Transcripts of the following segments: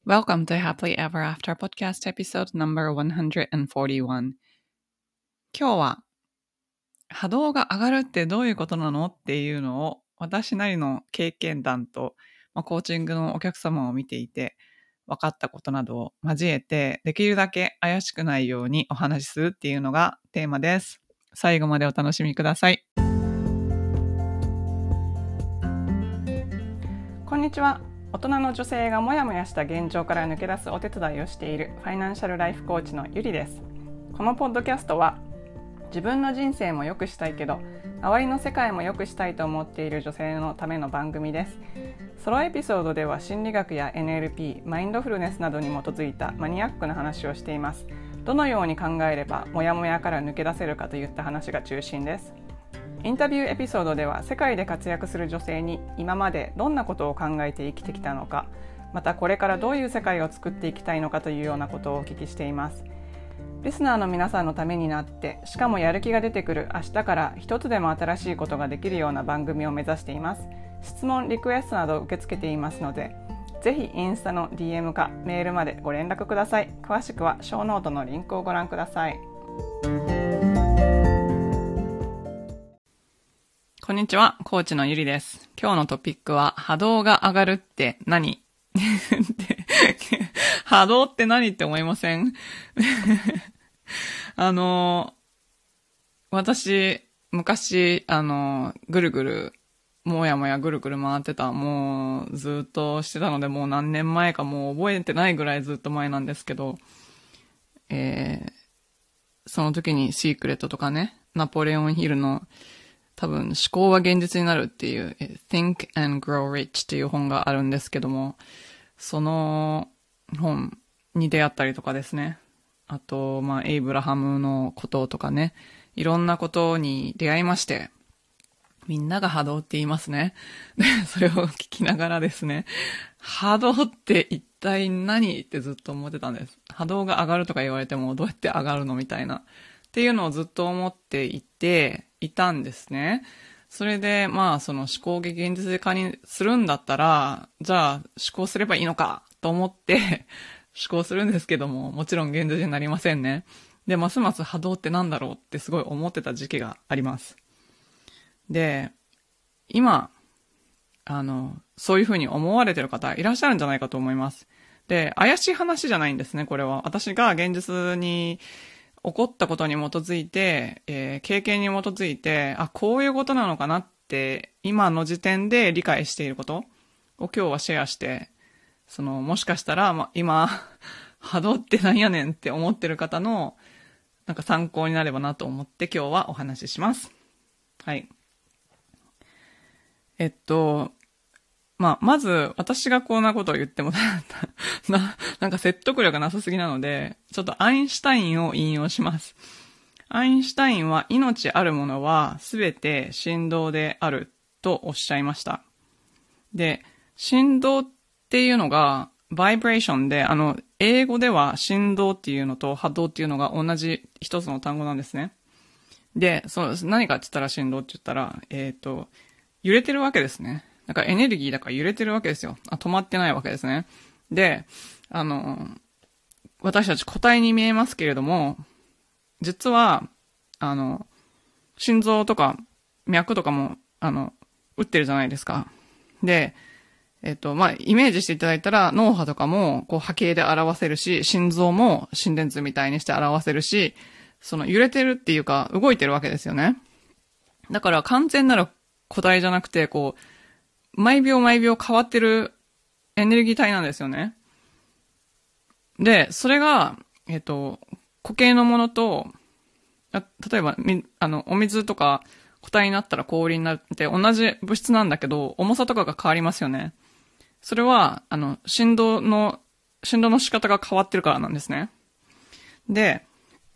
Welcome to Happily Ever After Podcast Episode No.141 今日は波動が上がるってどういうことなのっていうのを私なりの経験談と、コーチングのお客様を見ていて分かったことなどを交えてできるだけ怪しくないようにお話しするっていうのがテーマです。最後までお楽しみください。こんにちは。大人の女性がモヤモヤした現状から抜け出すお手伝いをしているファイナンシャルライフコーチのゆりです。このポッドキャストは自分の人生も良くしたいけど周りの世界も良くしたいと思っている女性のための番組です。ソロエピソードでは心理学や NLP、マインドフルネスなどに基づいたマニアックな話をしています。どのように考えればモヤモヤから抜け出せるかといった話が中心です。インタビューエピソードでは世界で活躍する女性に今までどんなことを考えて生きてきたのか、またこれからどういう世界を作っていきたいのかというようなことをお聞きしています。リスナーの皆さんのためになって、しかもやる気が出てくる明日から一つでも新しいことができるような番組を目指しています。質問、リクエストなど受け付けていますので、ぜひインスタの DM かメールまでご連絡ください。詳しくはショーノートのリンクをご覧ください。こんにちは、コーチのゆりです。今日のトピックは波動が上がるって何波動って何って思いません私、昔、ぐるぐる、もやもやぐるぐる回ってた、もうずっとしてたので、もう何年前かもう覚えてないぐらいずっと前なんですけど、その時にシークレットとかね、ナポレオンヒルの多分思考は現実になるっていう Think and Grow Rich っていう本があるんですけども、その本に出会ったりとかですね。あと、エイブラハムのこととかね。いろんなことに出会いまして、みんなが波動って言いますね。で、それを聞きながらですね、波動って一体何ってずっと思ってたんです。波動が上がるとか言われてもどうやって上がるのみたいな。っていうのをずっと思っていたんですね。それで、その思考が現実化にするんだったら、じゃあ思考すればいいのかと思って思考するんですけども、もちろん現実になりませんね。で、ますます波動ってなんだろうってすごい思ってた時期があります。で、今、そういうふうに思われてる方いらっしゃるんじゃないかと思います。で、怪しい話じゃないんですね、これは。私が現実に起こったことに基づいて、経験に基づいて、こういうことなのかなって、今の時点で理解していることを今日はシェアして、もしかしたら、今、波動ってなんやねんって思ってる方の、参考になればなと思って今日はお話しします。はい。まず、私がこんなことを言っても説得力なさすぎなので、ちょっとアインシュタインを引用します。アインシュタインは命あるものはすべて振動であるとおっしゃいました。で、振動っていうのがバイブレーションで、英語では振動っていうのと波動っていうのが同じ一つの単語なんですね。で、何かって言ったら振動って言ったら、揺れてるわけですね。エネルギーだから揺れてるわけですよ。止まってないわけですね。で、私たち個体に見えますけれども、実は、心臓とか脈とかも、打ってるじゃないですか。で、イメージしていただいたら、脳波とかも、波形で表せるし、心臓も心電図みたいにして表せるし、揺れてるっていうか、動いてるわけですよね。だから完全なる個体じゃなくて、毎秒毎秒変わってるエネルギー体なんですよね。で、それが、固形のものと、例えば、お水とか固体になったら氷になって同じ物質なんだけど、重さとかが変わりますよね。それは、振動の仕方が変わってるからなんですね。で、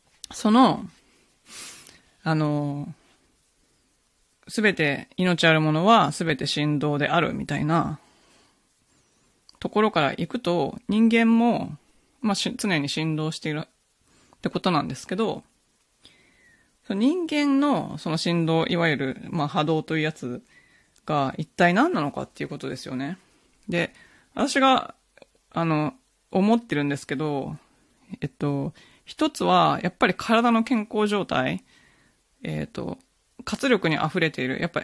すべて命あるものはすべて振動であるみたいなところから行くと、人間も、常に振動しているってことなんですけど、人間のその振動、いわゆる、波動というやつが一体何なのかっていうことですよね。で、私が、 思ってるんですけど、一つは、やっぱり体の健康状態、活力に溢れている。やっぱり、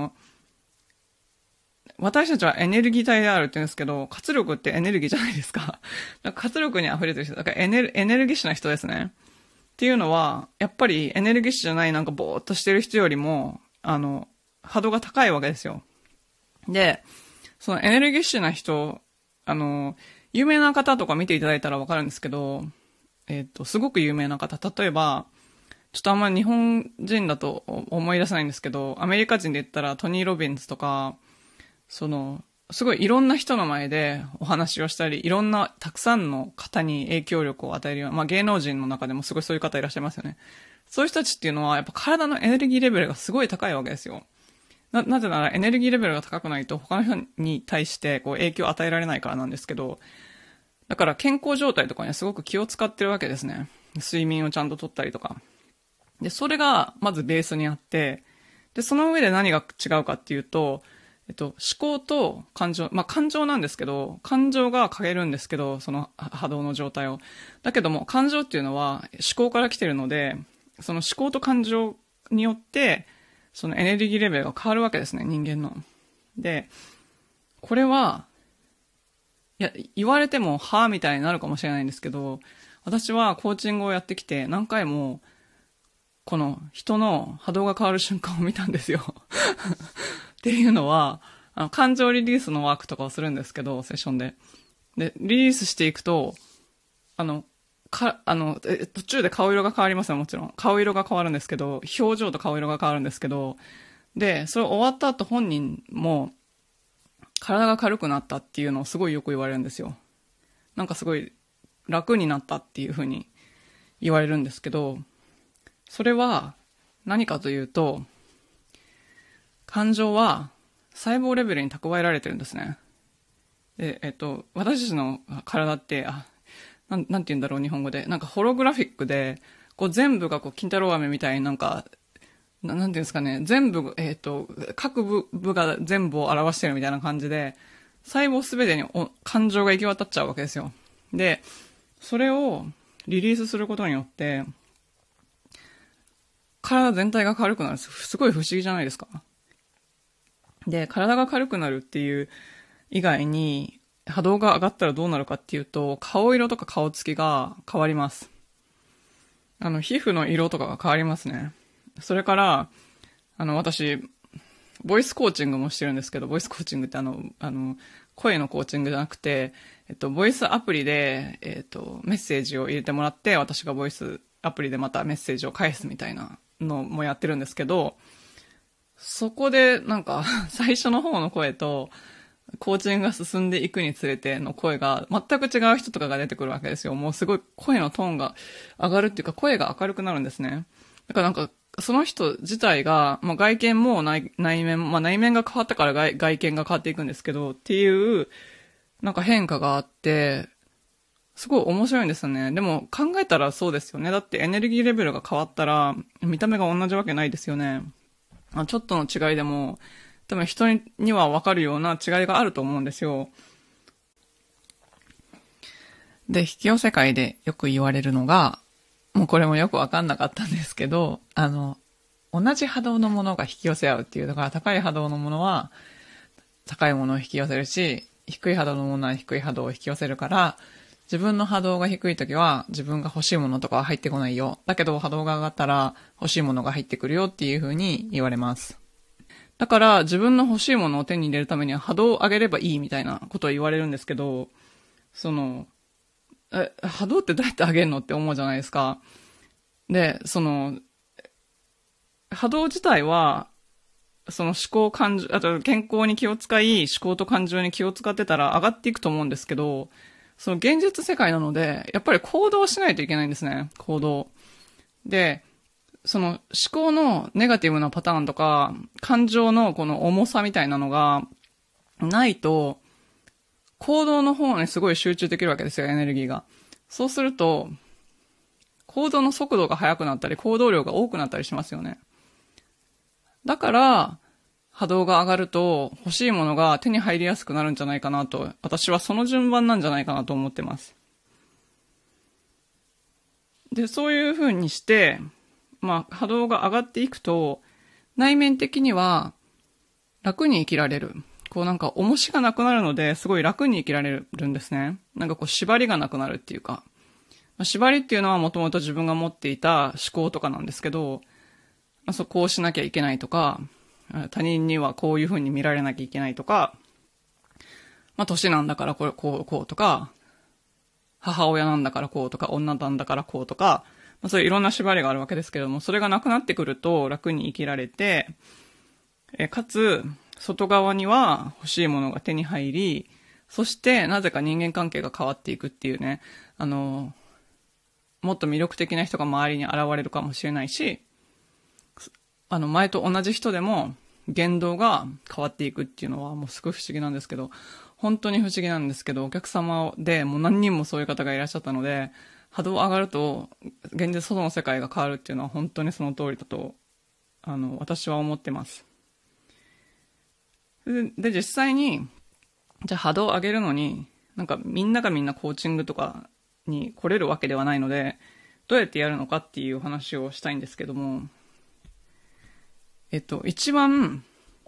私たちはエネルギー体であるって言うんですけど、活力ってエネルギーじゃないですか。だから活力に溢れてる人、だからエネルギッシュな人ですね。っていうのは、やっぱりエネルギッシュじゃないなんかぼーっとしてる人よりも、波動が高いわけですよ。で、そのエネルギッシュな人、有名な方とか見ていただいたらわかるんですけど、すごく有名な方、例えば、ちょっとあんまり日本人だと思い出せないんですけど、アメリカ人で言ったらトニー・ロビンズとか、すごいいろんな人の前でお話をしたり、いろんなたくさんの方に影響力を与えるような、まあ芸能人の中でもすごいそういう方いらっしゃいますよね。そういう人たちっていうのはやっぱ体のエネルギーレベルがすごい高いわけですよ。なぜならエネルギーレベルが高くないと他の人に対してこう影響を与えられないからなんですけど、だから健康状態とかにはすごく気を使ってるわけですね。睡眠をちゃんととったりとか。で、それがまずベースにあって、で、その上で何が違うかっていうと、思考と感情、まあ、感情なんですけど、感情が変えるんですけど、その波動の状態を。だけども、感情っていうのは思考から来てるので、その思考と感情によって、そのエネルギーレベルが変わるわけですね、人間の。で、これは、いや、言われても、はぁみたいになるかもしれないんですけど、私はコーチングをやってきて、何回も、この人の波動が変わる瞬間を見たんですよ。っていうのは、感情リリースのワークとかをするんですけど、セッションで。で、リリースしていくと、途中で顔色が変わりますよ、もちろん。顔色が変わるんですけど、表情と顔色が変わるんですけど、で、それ終わった後本人も、体が軽くなったっていうのをすごいよく言われるんですよ。なんかすごい楽になったっていう風に言われるんですけど、それは何かというと、感情は細胞レベルに蓄えられてるんですね。で、私たちの体って、なんて言うんだろう、日本語で。なんかホログラフィックで、こう全部がこう、金太郎飴みたいになんか、なんていうんですかね、全部、各部が全部を表してるみたいな感じで、細胞すべてに感情が行き渡っちゃうわけですよ。で、それをリリースすることによって、体全体が軽くなる。すごい不思議じゃないですか。で、体が軽くなるっていう以外に、波動が上がったらどうなるかっていうと、顔色とか顔つきが変わります。皮膚の色とかが変わりますね。それから、私、ボイスコーチングもしてるんですけど、ボイスコーチングって声のコーチングじゃなくて、ボイスアプリで、メッセージを入れてもらって、私がボイスアプリでまたメッセージを返すみたいなのもやってるんですけど、そこでなんか、最初の方の声と、コーチングが進んでいくにつれての声が全く違う人とかが出てくるわけですよ。もうすごい声のトーンが上がるっていうか声が明るくなるんですね。だからなんかその人自体が、まあ、外見も内面も、まあ、内面が変わったから外見が変わっていくんですけどっていうなんか変化があってすごい面白いんですよね。でも考えたらそうですよね。だってエネルギーレベルが変わったら見た目が同じわけないですよね。ちょっとの違いでも多分人には分かるような違いがあると思うんですよ。で、引き寄せ界でよく言われるのが、もうこれもよく分かんなかったんですけど、同じ波動のものが引き寄せ合うっていう、だから高い波動のものは高いものを引き寄せるし、低い波動のものは低い波動を引き寄せるから、自分の波動が低いときは自分が欲しいものとかは入ってこないよ。だけど波動が上がったら欲しいものが入ってくるよっていう風に言われます。だから自分の欲しいものを手に入れるためには波動を上げればいいみたいなことを言われるんですけど、波動ってどうやって上げるのって思うじゃないですか。で、波動自体は、思考感情、あと健康に気を使い、思考と感情に気を使ってたら上がっていくと思うんですけど、その現実世界なので、やっぱり行動しないといけないんですね。行動。で、その思考のネガティブなパターンとか、感情のこの重さみたいなのがないと、行動の方にすごい集中できるわけですよ、エネルギーが。そうすると、行動の速度が速くなったり、行動量が多くなったりしますよね。だから、 波動が上がると欲しいものが手に入りやすくなるんじゃないかなと、私はその順番なんじゃないかなと思ってます。で、そういう風にして、波動が上がっていくと、内面的には楽に生きられる。重しがなくなるので、すごい楽に生きられるんですね。縛りがなくなるっていうか。縛りっていうのはもともと自分が持っていた思考とかなんですけど、こうしなきゃいけないとか、他人にはこういう風に見られなきゃいけないとか、年なんだからこうとか、母親なんだからこうとか、女なんだからこうとか、そういういろんな縛りがあるわけですけれども、それがなくなってくると楽に生きられて、かつ、外側には欲しいものが手に入り、そしてなぜか人間関係が変わっていくっていうね、もっと魅力的な人が周りに現れるかもしれないし、前と同じ人でも言動が変わっていくっていうのはもうすごい不思議なんですけど、本当に不思議なんですけど、お客様でもう何人もそういう方がいらっしゃったので、波動上がると現実外の世界が変わるっていうのは本当にその通りだと、私は思ってます。で、実際に、じゃあ波動を上げるのに、みんながみんなコーチングとかに来れるわけではないので、どうやってやるのかっていう話をしたいんですけども、一番、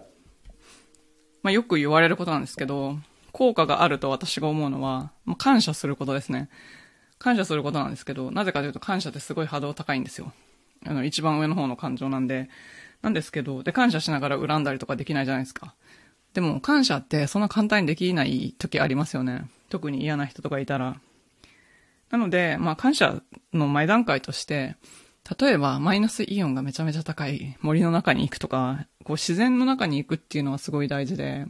よく言われることなんですけど、効果があると私が思うのは、感謝することですね。感謝することなんですけど、なぜかというと感謝ってすごい波動高いんですよ。一番上の方の感情なんですけど、で、感謝しながら恨んだりとかできないじゃないですか。でも、感謝ってそんな簡単にできない時ありますよね。特に嫌な人とかいたら。なので、感謝の前段階として、例えば、マイナスイオンがめちゃめちゃ高い森の中に行くとか、自然の中に行くっていうのはすごい大事で、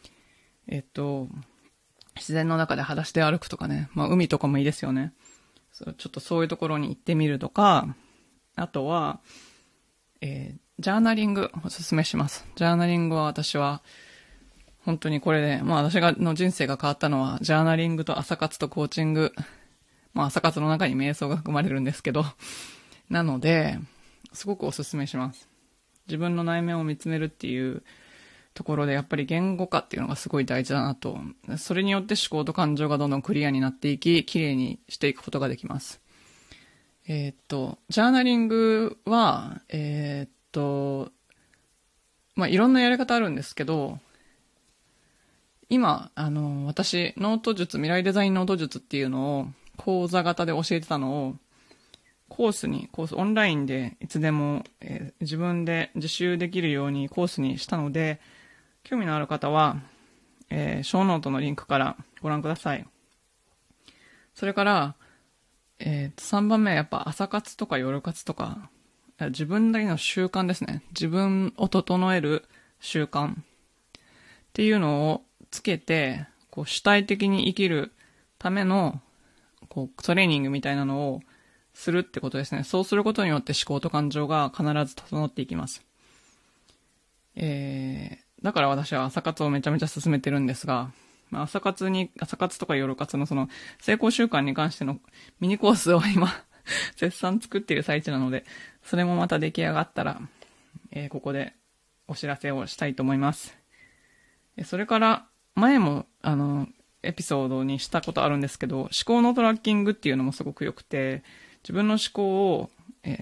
自然の中で裸足で歩くとかね、海とかもいいですよね。ちょっとそういうところに行ってみるとか、あとは、ジャーナリングおすすめします。ジャーナリングは私は、本当にこれで、私の人生が変わったのは、ジャーナリングと朝活とコーチング、朝活の中に瞑想が含まれるんですけど、なので、すごくおすすめします。自分の内面を見つめるっていうところで、やっぱり言語化っていうのがすごい大事だなと。それによって思考と感情がどんどんクリアになっていき、綺麗にしていくことができます。ジャーナリングは、いろんなやり方あるんですけど、今、私、ノート術、未来デザインノート術っていうのを、講座型で教えてたのを、コースオンラインでいつでも、自分で自習できるようにコースにしたので、興味のある方は、ショーノートのリンクからご覧ください。それから、3番目はやっぱ朝活とか夜活とか、自分なりの習慣ですね。自分を整える習慣っていうのをつけて、主体的に生きるための、トレーニングみたいなのをするってことですね。そうすることによって思考と感情が必ず整っていきます。だから私は朝活をめちゃめちゃ進めてるんですが、朝活とか夜活のその成功習慣に関してのミニコースを今絶賛作っている最中なので、それもまた出来上がったら、ここでお知らせをしたいと思います。それから前もエピソードにしたことあるんですけど、思考のトラッキングっていうのもすごく良くて、自分の思考を、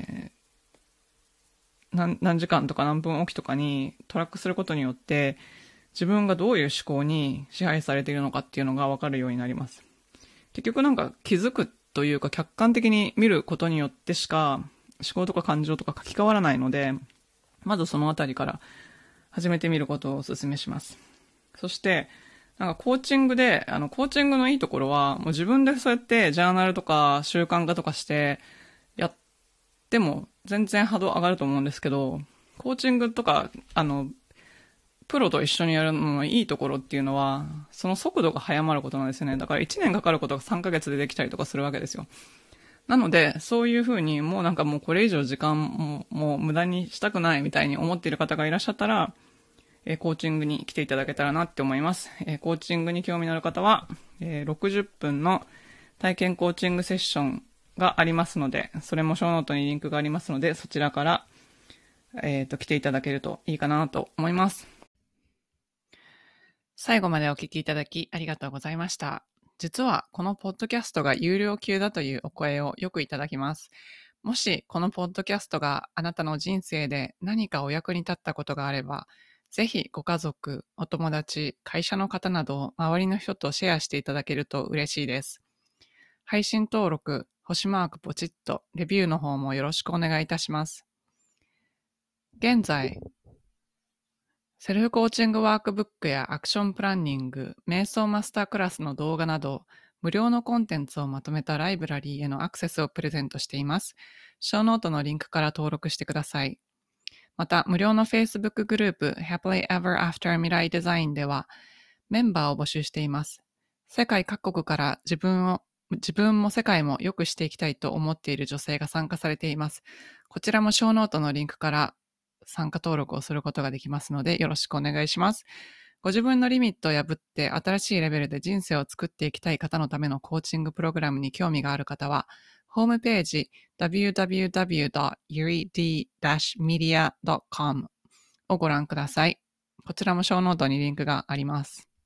何時間とか何分おきとかにトラックすることによって、自分がどういう思考に支配されているのかっていうのが分かるようになります。結局気づくというか客観的に見ることによってしか思考とか感情とか書き換わらないので、まずそのあたりから始めてみることをお勧めします。そして、コーチングで、コーチングのいいところは、もう自分でそうやってジャーナルとか習慣化とかしてやっても全然波動上がると思うんですけど、コーチングとか、プロと一緒にやるののいいところっていうのは、その速度が早まることなんですよね。だから1年かかることが3ヶ月でできたりとかするわけですよ。なので、そういうふうにもうこれ以上時間も無駄にしたくないみたいに思っている方がいらっしゃったら、コーチングに来ていただけたらなって思います。コーチングに興味のある方は、60分の体験コーチングセッションがありますので、それもショーノートにリンクがありますので、そちらから、来ていただけるといいかなと思います。 最後までお聞きいただきありがとうございました。実はこのポッドキャストが有料級だというお声をよくいただきます。もしこのポッドキャストがあなたの人生で何かお役に立ったことがあれば、ぜひご家族、お友達、会社の方など周りの人とシェアしていただけると嬉しいです。配信登録、星マークポチッと、レビューの方もよろしくお願いいたします。現在、セルフコーチングワークブックやアクションプランニング、瞑想マスタークラスの動画など、無料のコンテンツをまとめたライブラリーへのアクセスをプレゼントしています。ショーノートのリンクから登録してください。また、無料の Facebook グループ Happily Ever After 未来デザインでは、メンバーを募集しています。世界各国から自分も世界も良くしていきたいと思っている女性が参加されています。こちらもショーノートのリンクから参加登録をすることができますので、よろしくお願いします。ご自分のリミットを破って新しいレベルで人生を作っていきたい方のためのコーチングプログラムに興味がある方は、ホームページ www.yuri-media.com をご覧ください。こちらもショーノートにリンクがあります。